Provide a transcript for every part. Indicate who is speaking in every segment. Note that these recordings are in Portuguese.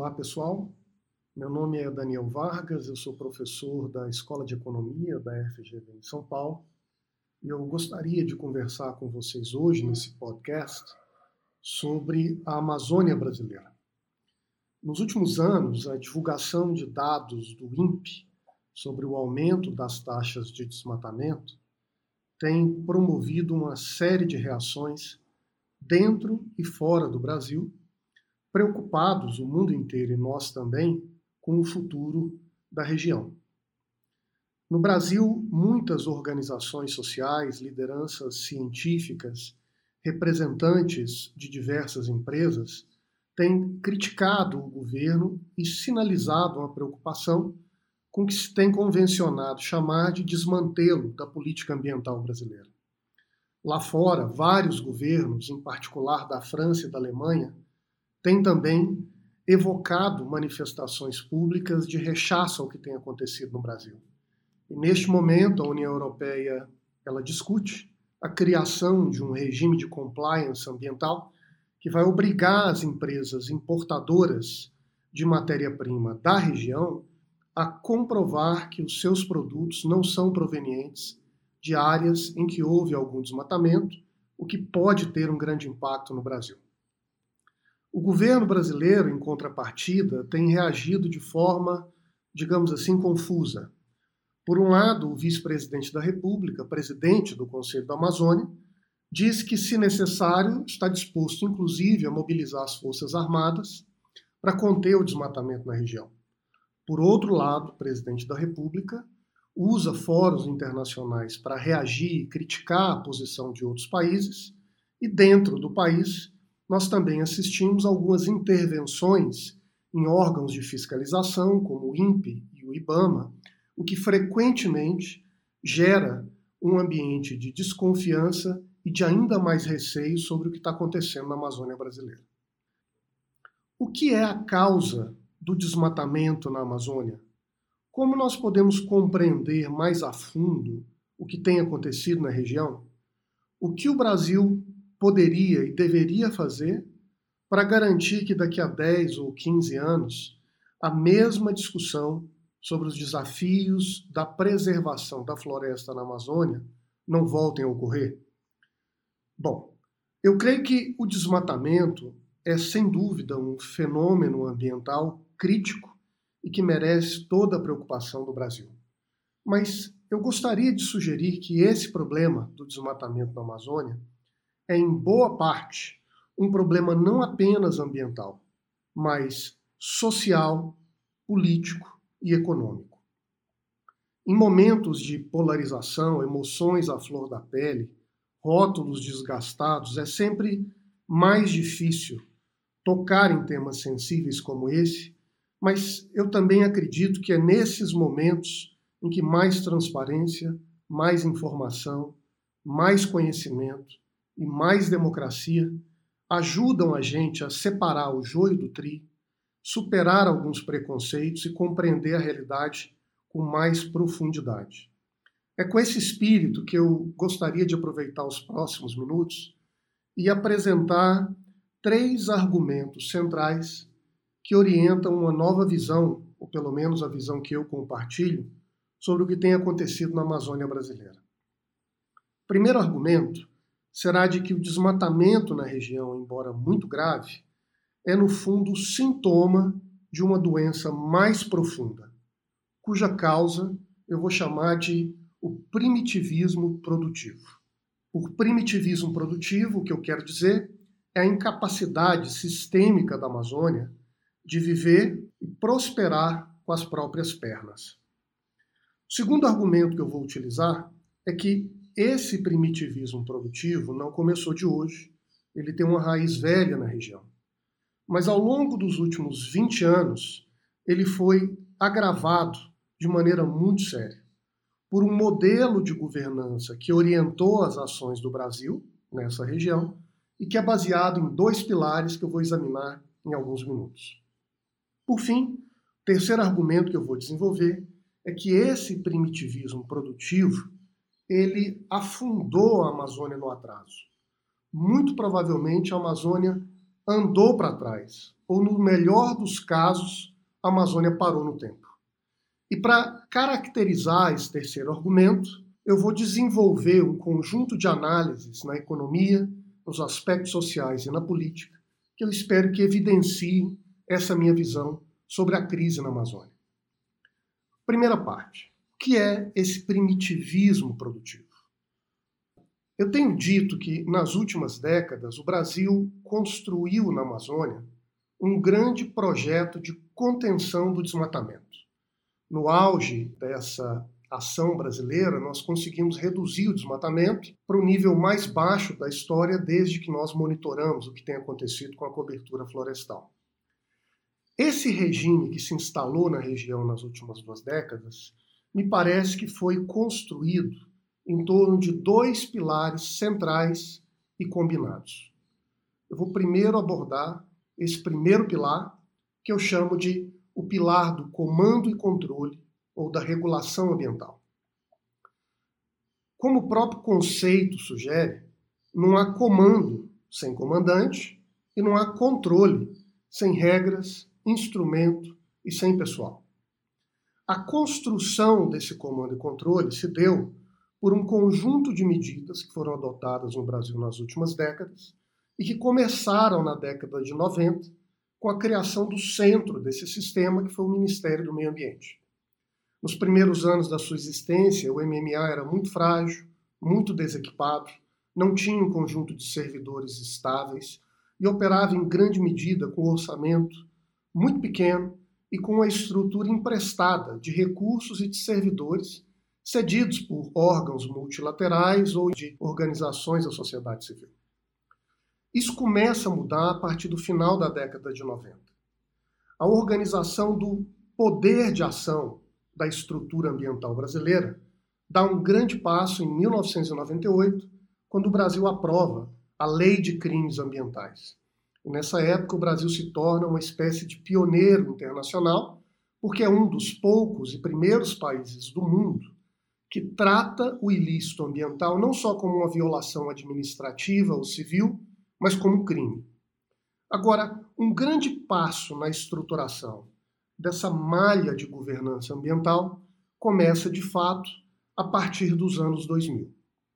Speaker 1: Olá, pessoal. Meu nome é Daniel Vargas, eu sou professor da Escola de Economia da FGV em São Paulo e eu gostaria de conversar com vocês hoje nesse podcast sobre a Amazônia brasileira. Nos últimos anos, a divulgação de dados do INPE sobre o aumento das taxas de desmatamento tem promovido uma série de reações dentro e fora do Brasil, preocupados, o mundo inteiro e nós também, com o futuro da região. No Brasil, muitas organizações sociais, lideranças científicas, representantes de diversas empresas têm criticado o governo e sinalizado uma preocupação com o que se tem convencionado chamar de desmantelo da política ambiental brasileira. Lá fora, vários governos, em particular da França e da Alemanha, têm também evocado manifestações públicas de rechaço ao que tem acontecido no Brasil. E neste momento, a União Europeia ela discute a criação de um regime de compliance ambiental que vai obrigar as empresas importadoras de matéria-prima da região a comprovar que os seus produtos não são provenientes de áreas em que houve algum desmatamento, o que pode ter um grande impacto no Brasil. O governo brasileiro, em contrapartida, tem reagido de forma, digamos assim, confusa. Por um lado, o vice-presidente da República, presidente do Conselho da Amazônia, diz que, se necessário, está disposto, inclusive, a mobilizar as Forças Armadas para conter o desmatamento na região. Por outro lado, o presidente da República usa fóruns internacionais para reagir e criticar a posição de outros países, e dentro do país, nós também assistimos a algumas intervenções em órgãos de fiscalização, como o INPE e o IBAMA, o que frequentemente gera um ambiente de desconfiança e de ainda mais receio sobre o que está acontecendo na Amazônia brasileira. O que é a causa do desmatamento na Amazônia? Como nós podemos compreender mais a fundo o que tem acontecido na região? O que o Brasil poderia e deveria fazer para garantir que daqui a 10 ou 15 anos a mesma discussão sobre os desafios da preservação da floresta na Amazônia não voltem a ocorrer? Bom, eu creio que o desmatamento é sem dúvida um fenômeno ambiental crítico e que merece toda a preocupação do Brasil. Mas eu gostaria de sugerir que esse problema do desmatamento na Amazônia é, em boa parte, um problema não apenas ambiental, mas social, político e econômico. Em momentos de polarização, emoções à flor da pele, rótulos desgastados, é sempre mais difícil tocar em temas sensíveis como esse, mas eu também acredito que é nesses momentos em que mais transparência, mais informação, mais conhecimento e mais democracia ajudam a gente a separar o joio do trigo, superar alguns preconceitos e compreender a realidade com mais profundidade. É com esse espírito que eu gostaria de aproveitar os próximos minutos e apresentar 3 argumentos centrais que orientam uma nova visão, ou pelo menos a visão que eu compartilho, sobre o que tem acontecido na Amazônia brasileira. O primeiro argumento será de que o desmatamento na região, embora muito grave, é no fundo sintoma de uma doença mais profunda, cuja causa eu vou chamar de o primitivismo produtivo. Por primitivismo produtivo, o que eu quero dizer é a incapacidade sistêmica da Amazônia de viver e prosperar com as próprias pernas. O segundo argumento que eu vou utilizar é que esse primitivismo produtivo não começou de hoje, ele tem uma raiz velha na região. Mas ao longo dos últimos 20 anos, ele foi agravado de maneira muito séria por um modelo de governança que orientou as ações do Brasil nessa região e que é baseado em 2 pilares que eu vou examinar em alguns minutos. Por fim, o terceiro argumento que eu vou desenvolver é que esse primitivismo produtivo ele afundou a Amazônia no atraso. Muito provavelmente a Amazônia andou para trás, ou no melhor dos casos, a Amazônia parou no tempo. E para caracterizar esse terceiro argumento, eu vou desenvolver um conjunto de análises na economia, nos aspectos sociais e na política, que eu espero que evidenciem essa minha visão sobre a crise na Amazônia. Primeira parte, o que é esse primitivismo produtivo? Eu tenho dito que, nas últimas décadas, o Brasil construiu na Amazônia um grande projeto de contenção do desmatamento. No auge dessa ação brasileira, nós conseguimos reduzir o desmatamento para o nível mais baixo da história desde que nós monitoramos o que tem acontecido com a cobertura florestal. Esse regime que se instalou na região nas últimas 2 décadas, me parece que foi construído em torno de 2 pilares centrais e combinados. Eu vou primeiro abordar esse primeiro pilar, que eu chamo de o pilar do comando e controle, ou da regulação ambiental. Como o próprio conceito sugere, não há comando sem comandante e não há controle sem regras, instrumento e sem pessoal. A construção desse comando e controle se deu por um conjunto de medidas que foram adotadas no Brasil nas últimas décadas e que começaram na década de 90 com a criação do centro desse sistema, que foi o Ministério do Meio Ambiente. Nos primeiros anos da sua existência, o MMA era muito frágil, muito desequipado, não tinha um conjunto de servidores estáveis e operava em grande medida com um orçamento muito pequeno e com uma estrutura emprestada de recursos e de servidores cedidos por órgãos multilaterais ou de organizações da sociedade civil. Isso começa a mudar a partir do final da década de 90. A organização do poder de ação da estrutura ambiental brasileira dá um grande passo em 1998, quando o Brasil aprova a Lei de Crimes Ambientais. E nessa época, o Brasil se torna uma espécie de pioneiro internacional, porque é um dos poucos e primeiros países do mundo que trata o ilícito ambiental não só como uma violação administrativa ou civil, mas como crime. Agora, um grande passo na estruturação dessa malha de governança ambiental começa, de fato, a partir dos anos 2000.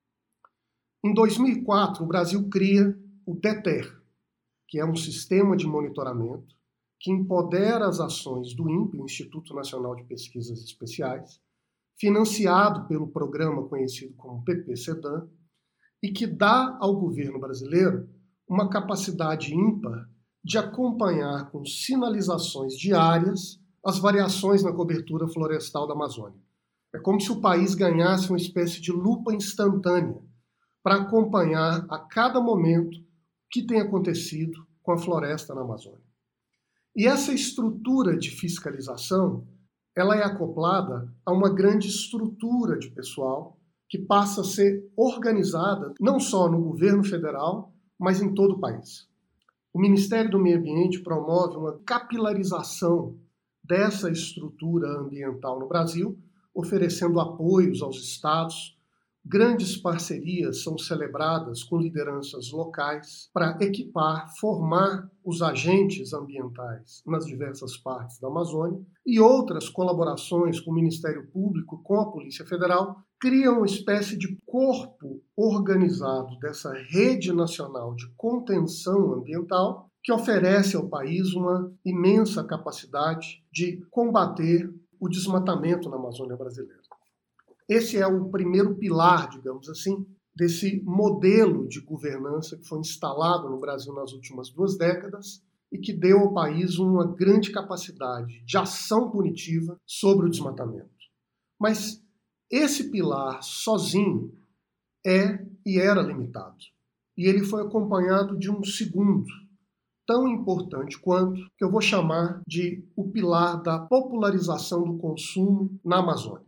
Speaker 1: Em 2004, o Brasil cria o DETER, que é um sistema de monitoramento que empodera as ações do INPE, Instituto Nacional de Pesquisas Especiais, financiado pelo programa conhecido como PPCDAN, e que dá ao governo brasileiro uma capacidade ímpar de acompanhar com sinalizações diárias as variações na cobertura florestal da Amazônia. É como se o país ganhasse uma espécie de lupa instantânea para acompanhar a cada momento o que tem acontecido com a floresta na Amazônia. E essa estrutura de fiscalização, ela é acoplada a uma grande estrutura de pessoal que passa a ser organizada não só no governo federal, mas em todo o país. O Ministério do Meio Ambiente promove uma capilarização dessa estrutura ambiental no Brasil, oferecendo apoios aos estados. Grandes parcerias são celebradas com lideranças locais para equipar, formar os agentes ambientais nas diversas partes da Amazônia, e outras colaborações com o Ministério Público, com a Polícia Federal, criam uma espécie de corpo organizado dessa rede nacional de contenção ambiental que oferece ao país uma imensa capacidade de combater o desmatamento na Amazônia brasileira. Esse é o primeiro pilar, digamos assim, desse modelo de governança que foi instalado no Brasil nas últimas 2 décadas e que deu ao país uma grande capacidade de ação punitiva sobre o desmatamento. Mas esse pilar sozinho é e era limitado. E ele foi acompanhado de um segundo, tão importante quanto, que eu vou chamar de o pilar da popularização do consumo na Amazônia.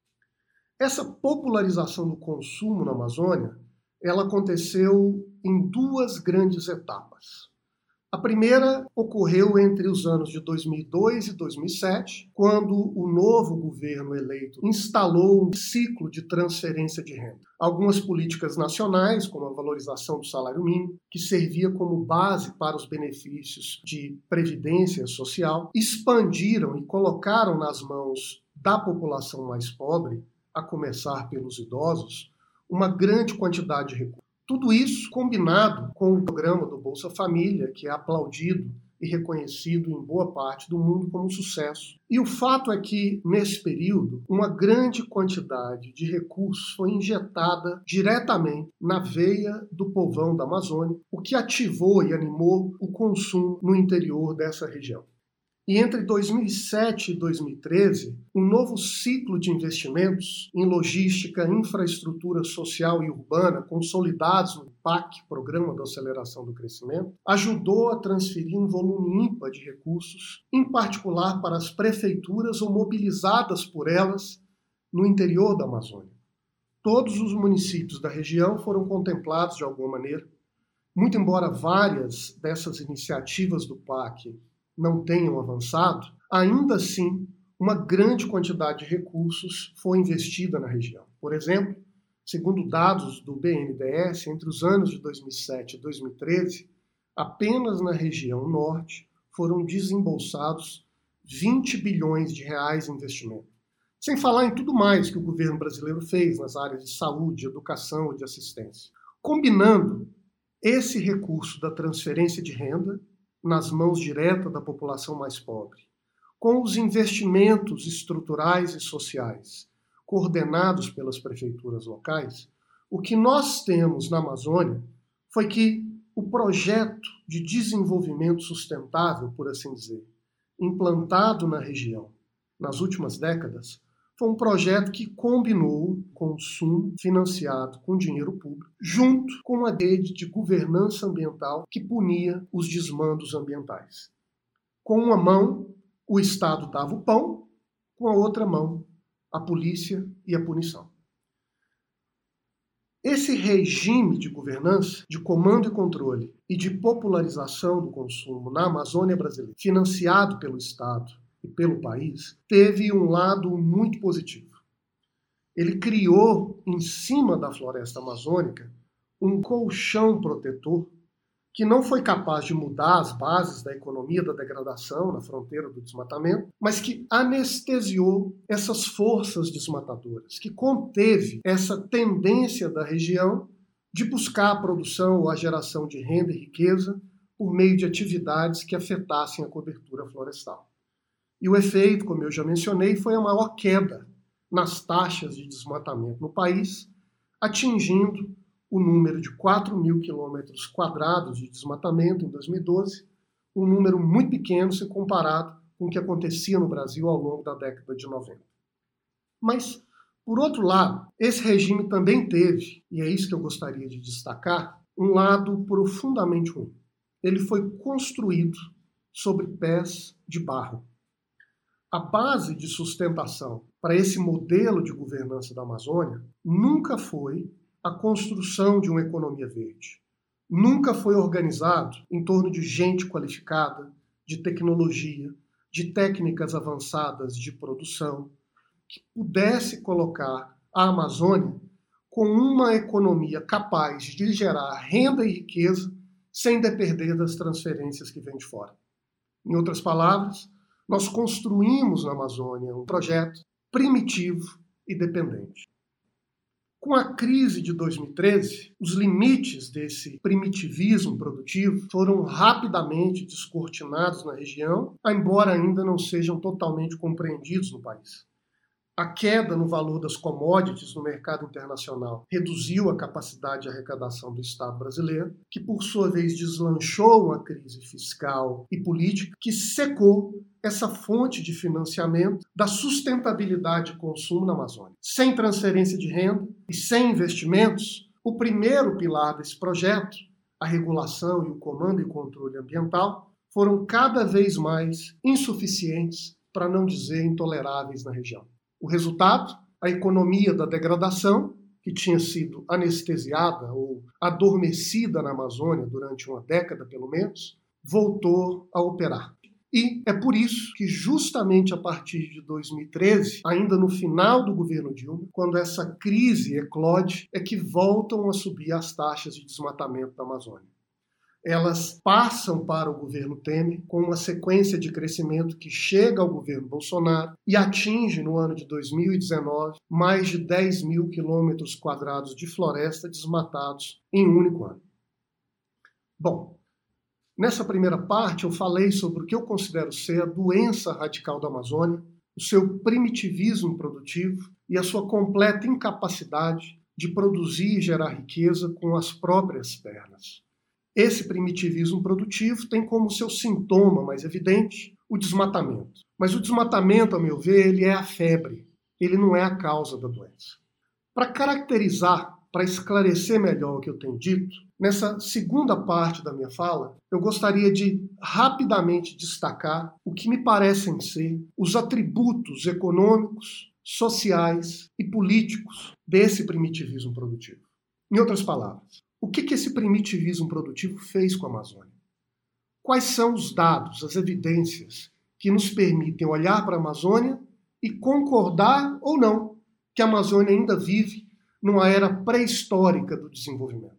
Speaker 1: Essa popularização do consumo na Amazônia, ela aconteceu em 2 grandes etapas. A primeira ocorreu entre os anos de 2002 e 2007, quando o novo governo eleito instalou um ciclo de transferência de renda. Algumas políticas nacionais, como a valorização do salário mínimo, que servia como base para os benefícios de previdência social, expandiram e colocaram nas mãos da população mais pobre, a começar pelos idosos, uma grande quantidade de recursos. Tudo isso combinado com o programa do Bolsa Família, que é aplaudido e reconhecido em boa parte do mundo como um sucesso. E o fato é que, nesse período, uma grande quantidade de recursos foi injetada diretamente na veia do povão da Amazônia, o que ativou e animou o consumo no interior dessa região. E entre 2007 e 2013, um novo ciclo de investimentos em logística, infraestrutura social e urbana, consolidados no PAC, Programa de Aceleração do Crescimento, ajudou a transferir um volume ímpar de recursos, em particular para as prefeituras ou mobilizadas por elas no interior da Amazônia. Todos os municípios da região foram contemplados de alguma maneira, muito embora várias dessas iniciativas do PAC não tenham avançado, ainda assim, uma grande quantidade de recursos foi investida na região. Por exemplo, segundo dados do BNDES, entre os anos de 2007 e 2013, apenas na região norte foram desembolsados 20 bilhões de reais em investimento. Sem falar em tudo mais que o governo brasileiro fez nas áreas de saúde, educação e de assistência. Combinando esse recurso da transferência de renda nas mãos diretas da população mais pobre, com os investimentos estruturais e sociais coordenados pelas prefeituras locais, o que nós temos na Amazônia foi que o projeto de desenvolvimento sustentável, por assim dizer, implantado na região nas últimas décadas, foi um projeto que combinou consumo financiado com dinheiro público, junto com uma rede de governança ambiental que punia os desmandos ambientais. Com uma mão, o Estado dava o pão, com a outra mão, a polícia e a punição. Esse regime de governança, de comando e controle e de popularização do consumo na Amazônia brasileira, financiado pelo Estado e pelo país, teve um lado muito positivo. Ele criou, em cima da floresta amazônica, um colchão protetor que não foi capaz de mudar as bases da economia da degradação na fronteira do desmatamento, mas que anestesiou essas forças desmatadoras, que conteve essa tendência da região de buscar a produção ou a geração de renda e riqueza por meio de atividades que afetassem a cobertura florestal. E o efeito, como eu já mencionei, foi a maior queda nas taxas de desmatamento no país, atingindo o número de 4.000 quilômetros quadrados de desmatamento em 2012, um número muito pequeno se comparado com o que acontecia no Brasil ao longo da década de 90. Mas, por outro lado, esse regime também teve, e é isso que eu gostaria de destacar, um lado profundamente ruim. Ele foi construído sobre pés de barro. A base de sustentação para esse modelo de governança da Amazônia nunca foi a construção de uma economia verde. Nunca foi organizado em torno de gente qualificada, de tecnologia, de técnicas avançadas de produção, que pudesse colocar a Amazônia com uma economia capaz de gerar renda e riqueza sem depender das transferências que vêm de fora. Em outras palavras, nós construímos na Amazônia um projeto primitivo e dependente. Com a crise de 2013, os limites desse primitivismo produtivo foram rapidamente descortinados na região, embora ainda não sejam totalmente compreendidos no país. A queda no valor das commodities no mercado internacional reduziu a capacidade de arrecadação do Estado brasileiro, que por sua vez deslanchou uma crise fiscal e política que secou essa fonte de financiamento da sustentabilidade de consumo na Amazônia. Sem transferência de renda e sem investimentos, o primeiro pilar desse projeto, a regulação e o comando e controle ambiental, foram cada vez mais insuficientes, para não dizer intoleráveis na região. O resultado, a economia da degradação, que tinha sido anestesiada ou adormecida na Amazônia durante uma década pelo menos, voltou a operar. E é por isso que justamente a partir de 2013, ainda no final do governo Dilma, quando essa crise eclode, é que voltam a subir as taxas de desmatamento da Amazônia. Elas passam para o governo Temer com uma sequência de crescimento que chega ao governo Bolsonaro e atinge, no ano de 2019, mais de 10 mil quilômetros quadrados de floresta desmatados em um único ano. Bom, nessa primeira parte eu falei sobre o que eu considero ser a doença radical da Amazônia, o seu primitivismo produtivo e a sua completa incapacidade de produzir e gerar riqueza com as próprias pernas. Esse primitivismo produtivo tem como seu sintoma mais evidente o desmatamento. Mas o desmatamento, a meu ver, ele é a febre, ele não é a causa da doença. Para caracterizar, para esclarecer melhor o que eu tenho dito, nessa segunda parte da minha fala, eu gostaria de rapidamente destacar o que me parecem ser os atributos econômicos, sociais e políticos desse primitivismo produtivo. Em outras palavras, o que esse primitivismo produtivo fez com a Amazônia? Quais são os dados, as evidências que nos permitem olhar para a Amazônia e concordar ou não que a Amazônia ainda vive numa era pré-histórica do desenvolvimento?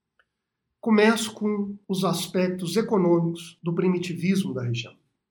Speaker 1: Começo com os aspectos econômicos do primitivismo da região.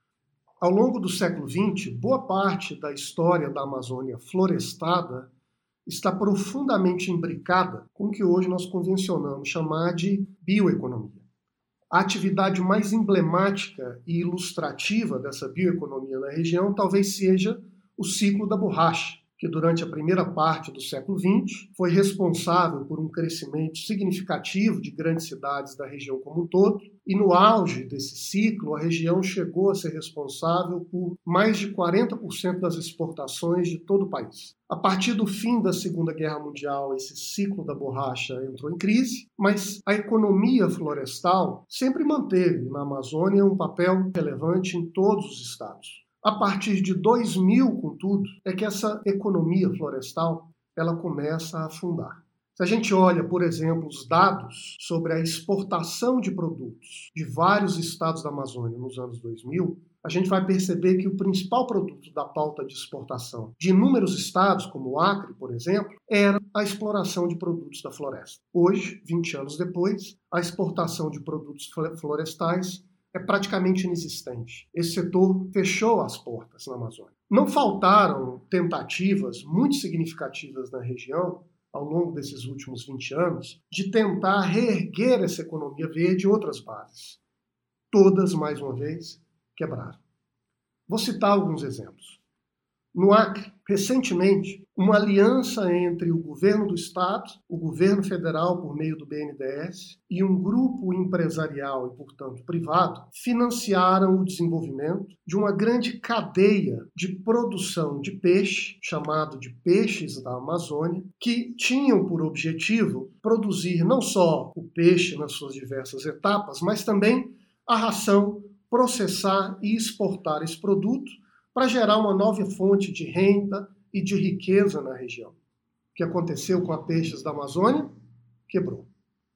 Speaker 1: Ao longo do século XX, boa parte da história da Amazônia florestada está profundamente imbricada com o que hoje nós convencionamos chamar de bioeconomia. A atividade mais emblemática e ilustrativa dessa bioeconomia na região talvez seja o ciclo da borracha, que durante a primeira parte do século XX foi responsável por um crescimento significativo de grandes cidades da região como um todo, e no auge desse ciclo a região chegou a ser responsável por mais de 40% das exportações de todo o país. A partir do fim da Segunda Guerra Mundial, esse ciclo da borracha entrou em crise, mas a economia florestal sempre manteve na Amazônia um papel relevante em todos os estados. A partir de 2000, contudo, é que essa economia florestal ela começa a afundar. Se a gente olha, por exemplo, os dados sobre a exportação de produtos de vários estados da Amazônia nos anos 2000, a gente vai perceber que o principal produto da pauta de exportação de inúmeros estados, como o Acre, por exemplo, era a exploração de produtos da floresta. Hoje, 20 anos depois, a exportação de produtos florestais é praticamente inexistente. Esse setor fechou as portas na Amazônia. Não faltaram tentativas muito significativas na região, ao longo desses últimos 20 anos, de tentar reerguer essa economia verde em outras bases. Todas, mais uma vez, quebraram. Vou citar alguns exemplos. No Acre, recentemente, uma aliança entre o governo do estado, o governo federal por meio do BNDES e um grupo empresarial e, portanto, privado, financiaram o desenvolvimento de uma grande cadeia de produção de peixe, chamado de peixes da Amazônia, que tinham por objetivo produzir não só o peixe nas suas diversas etapas, mas também a ração, processar e exportar esse produto para gerar uma nova fonte de renda e de riqueza na região. O que aconteceu com a Peixes da Amazônia? Quebrou.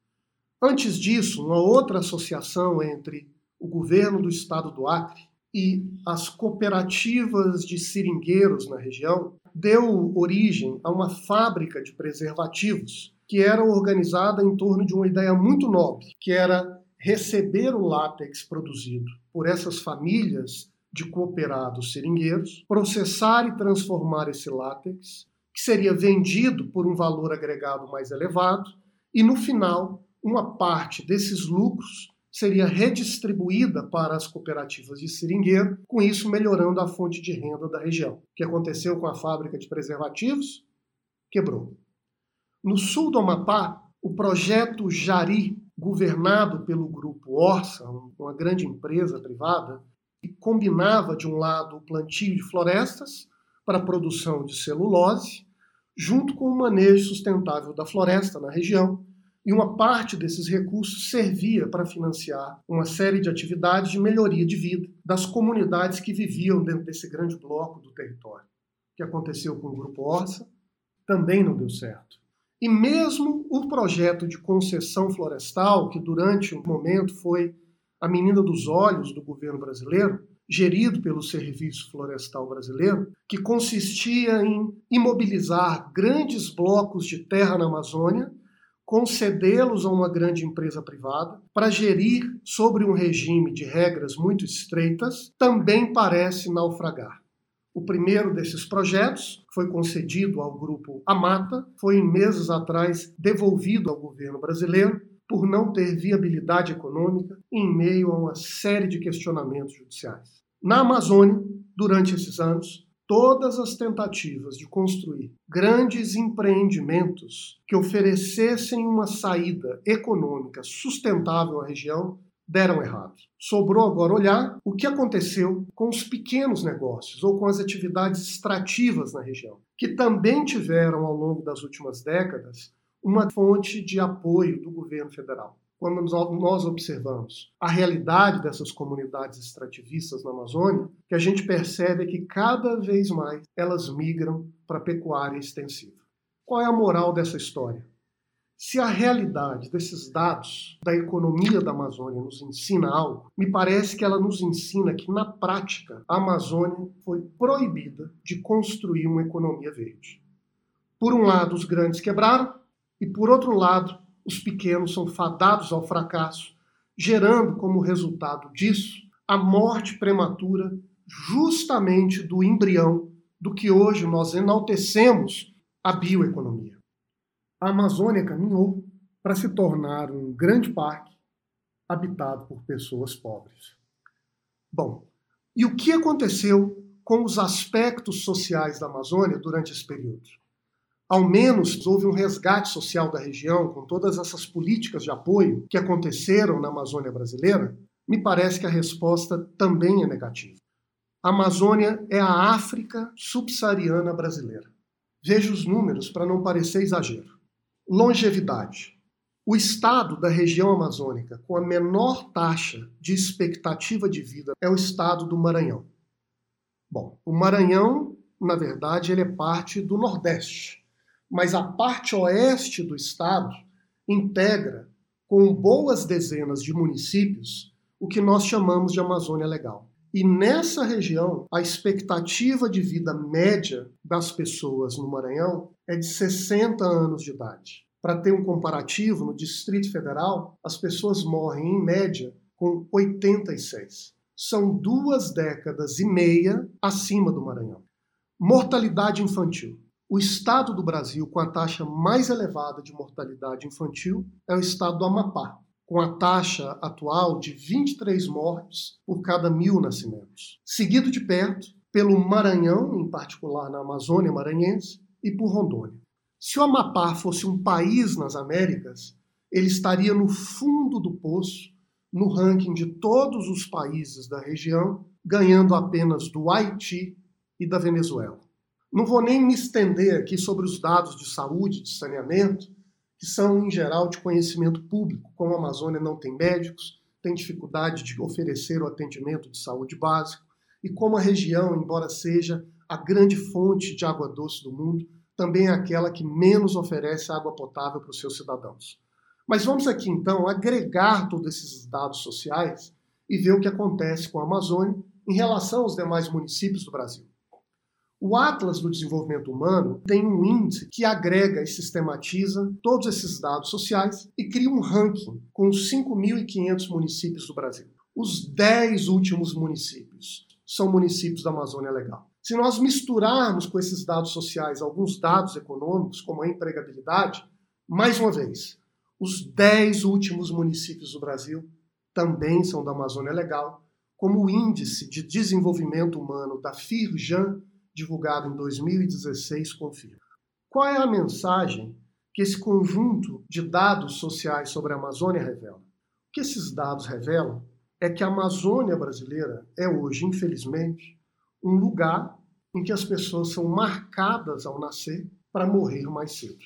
Speaker 1: Antes disso, uma outra associação entre o governo do estado do Acre e as cooperativas de seringueiros na região deu origem a uma fábrica de preservativos que era organizada em torno de uma ideia muito nobre, que era receber o látex produzido por essas famílias de cooperados seringueiros, processar e transformar esse látex, que seria vendido por um valor agregado mais elevado, e no final, uma parte desses lucros seria redistribuída para as cooperativas de seringueiro, com isso melhorando a fonte de renda da região. O que aconteceu com a fábrica de preservativos? Quebrou. No sul do Amapá, o projeto Jari, governado pelo grupo Orça, uma grande empresa privada, que combinava, de um lado, o plantio de florestas para a produção de celulose, junto com o manejo sustentável da floresta na região, e uma parte desses recursos servia para financiar uma série de atividades de melhoria de vida das comunidades que viviam dentro desse grande bloco do território. O que aconteceu com o Grupo Orça também não deu certo. E mesmo o projeto de concessão florestal, que durante um momento foi a menina dos olhos do governo brasileiro, gerido pelo Serviço Florestal Brasileiro, que consistia em imobilizar grandes blocos de terra na Amazônia, concedê-los a uma grande empresa privada para gerir sobre um regime de regras muito estreitas, também parece naufragar. O primeiro desses projetos, que foi concedido ao grupo Amata, foi meses atrás devolvido ao governo brasileiro por não ter viabilidade econômica em meio a uma série de questionamentos judiciais. Na Amazônia, durante esses anos, todas as tentativas de construir grandes empreendimentos que oferecessem uma saída econômica sustentável à região deram errado. Sobrou agora olhar o que aconteceu com os pequenos negócios ou com as atividades extrativas na região, que também tiveram, ao longo das últimas décadas, uma fonte de apoio do governo federal. Quando nós observamos a realidade dessas comunidades extrativistas na Amazônia, o que a gente percebe é que cada vez mais elas migram para a pecuária extensiva. Qual é a moral dessa história? Se a realidade desses dados da economia da Amazônia nos ensina algo, me parece que ela nos ensina que, na prática, a Amazônia foi proibida de construir uma economia verde. Por um lado, os grandes quebraram, e por outro lado, os pequenos são fadados ao fracasso, gerando como resultado disso a morte prematura justamente do embrião do que hoje nós enaltecemos a bioeconomia. A Amazônia caminhou para se tornar um grande parque habitado por pessoas pobres. Bom, e o que aconteceu com os aspectos sociais da Amazônia durante esse período? Ao menos houve um resgate social da região com todas essas políticas de apoio que aconteceram na Amazônia brasileira? Me parece que a resposta também é negativa. A Amazônia é a África subsaariana brasileira. Veja os números para não parecer exagero. Longevidade. O estado da região amazônica com a menor taxa de expectativa de vida é o estado do Maranhão. Bom, o Maranhão, na verdade, ele é parte do Nordeste, mas a parte oeste do estado integra, com boas dezenas de municípios, o que nós chamamos de Amazônia Legal. E nessa região, a expectativa de vida média das pessoas no Maranhão é de 60 anos de idade. Para ter um comparativo, no Distrito Federal, as pessoas morrem, em média, com 86. São 2 décadas e meia acima do Maranhão. Mortalidade infantil. O estado do Brasil com a taxa mais elevada de mortalidade infantil é o estado do Amapá, com a taxa atual de 23 mortes por cada 1.000 nascimentos. Seguido de perto pelo Maranhão, em particular na Amazônia Maranhense, e por Rondônia. Se o Amapá fosse um país nas Américas, ele estaria no fundo do poço, no ranking de todos os países da região, ganhando apenas do Haiti e da Venezuela. Não vou nem me estender aqui sobre os dados de saúde, de saneamento, que são, em geral, de conhecimento público. Como a Amazônia não tem médicos, tem dificuldade de oferecer o atendimento de saúde básico, e como a região, embora seja a grande fonte de água doce do mundo, também é aquela que menos oferece água potável para os seus cidadãos. Mas vamos aqui, então, agregar todos esses dados sociais e ver o que acontece com a Amazônia em relação aos demais municípios do Brasil. O Atlas do Desenvolvimento Humano tem um índice que agrega e sistematiza todos esses dados sociais e cria um ranking com os 5.500 municípios do Brasil. Os 10 últimos municípios são municípios da Amazônia Legal. Se nós misturarmos com esses dados sociais alguns dados econômicos, como a empregabilidade, mais uma vez, os 10 últimos municípios do Brasil também são da Amazônia Legal, como o Índice de Desenvolvimento Humano da Firjan, divulgado em 2016, confirma. Qual é a mensagem que esse conjunto de dados sociais sobre a Amazônia revela? O que esses dados revelam é que a Amazônia brasileira é hoje, infelizmente, um lugar em que as pessoas são marcadas ao nascer para morrer mais cedo.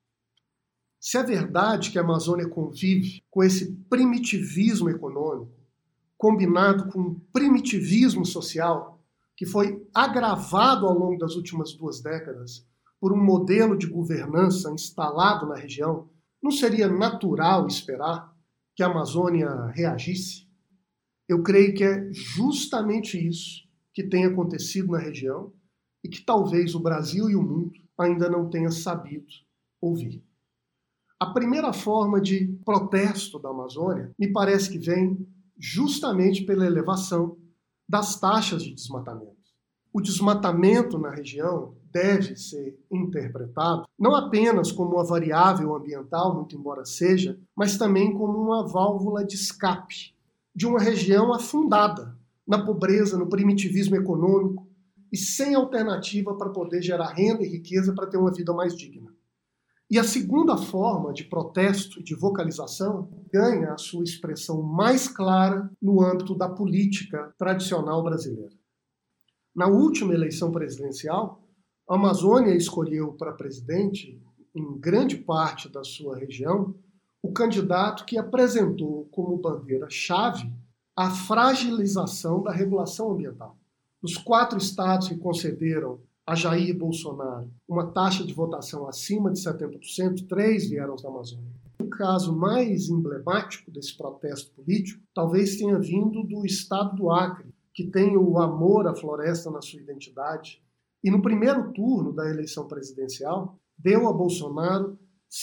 Speaker 1: Se é verdade que a Amazônia convive com esse primitivismo econômico, combinado com um primitivismo social, que foi agravado ao longo das últimas 2 décadas por um modelo de governança instalado na região, não seria natural esperar que a Amazônia reagisse? Eu creio que é justamente isso que tem acontecido na região e que talvez o Brasil e o mundo ainda não tenham sabido ouvir. A primeira forma de protesto da Amazônia me parece que vem justamente pela elevação das taxas de desmatamento. O desmatamento na região deve ser interpretado não apenas como uma variável ambiental, muito embora seja, mas também como uma válvula de escape de uma região afundada na pobreza, no primitivismo econômico e sem alternativa para poder gerar renda e riqueza para ter uma vida mais digna. E a segunda forma de protesto e de vocalização ganha a sua expressão mais clara no âmbito da política tradicional brasileira. Na última eleição presidencial, a Amazônia escolheu para presidente, em grande parte da sua região, o candidato que apresentou como bandeira-chave a fragilização da regulação ambiental. Os 4 estados que concederam a Jair Bolsonaro uma taxa de votação acima de 70%, 3 vieram da Amazônia. O caso mais emblemático desse protesto político talvez tenha vindo do estado do Acre, que tem o amor à floresta na sua identidade, e no primeiro turno da eleição presidencial deu a Bolsonaro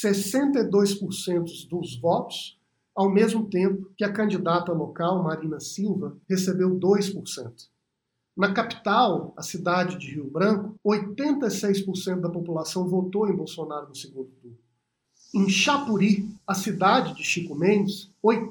Speaker 1: 62% dos votos, ao mesmo tempo que a candidata local, Marina Silva, recebeu 2%. Na capital, a cidade de Rio Branco, 86% da população votou em Bolsonaro no segundo turno. Em Chapuri, a cidade de Chico Mendes,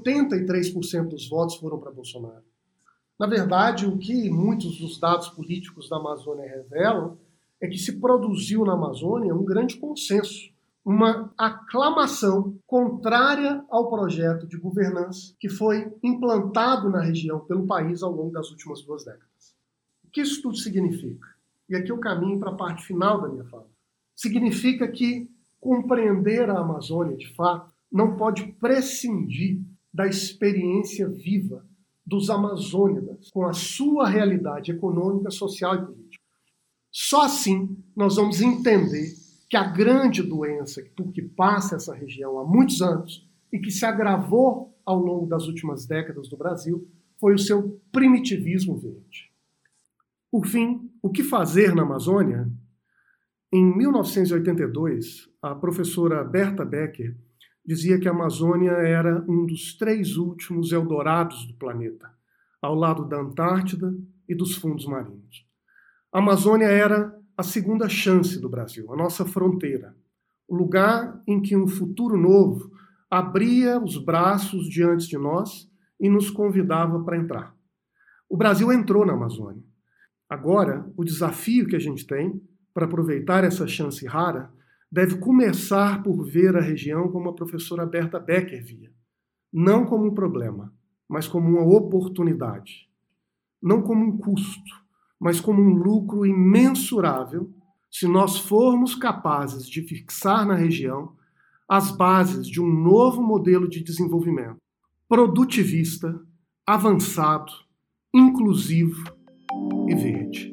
Speaker 1: 83% dos votos foram para Bolsonaro. Na verdade, o que muitos dos dados políticos da Amazônia revelam é que se produziu na Amazônia um grande consenso, uma aclamação contrária ao projeto de governança que foi implantado na região pelo país ao longo das últimas 2 décadas. O que isso tudo significa? E aqui eu caminho para a parte final da minha fala. Significa que compreender a Amazônia, de fato, não pode prescindir da experiência viva dos amazônidas com a sua realidade econômica, social e política. Só assim nós vamos entender que a grande doença por que passa essa região há muitos anos e que se agravou ao longo das últimas décadas do Brasil foi o seu primitivismo verde. Por fim, o que fazer na Amazônia? Em 1982, a professora Berta Becker dizia que a Amazônia era um dos 3 últimos Eldorados do planeta, ao lado da Antártida e dos fundos marinhos. A Amazônia era a segunda chance do Brasil, a nossa fronteira, o lugar em que um futuro novo abria os braços diante de nós e nos convidava para entrar. O Brasil entrou na Amazônia. Agora, o desafio que a gente tem para aproveitar essa chance rara deve começar por ver a região como a professora Berta Becker via. Não como um problema, mas como uma oportunidade. Não como um custo, mas como um lucro imensurável se nós formos capazes de fixar na região as bases de um novo modelo de desenvolvimento produtivista, avançado, inclusivo e verde.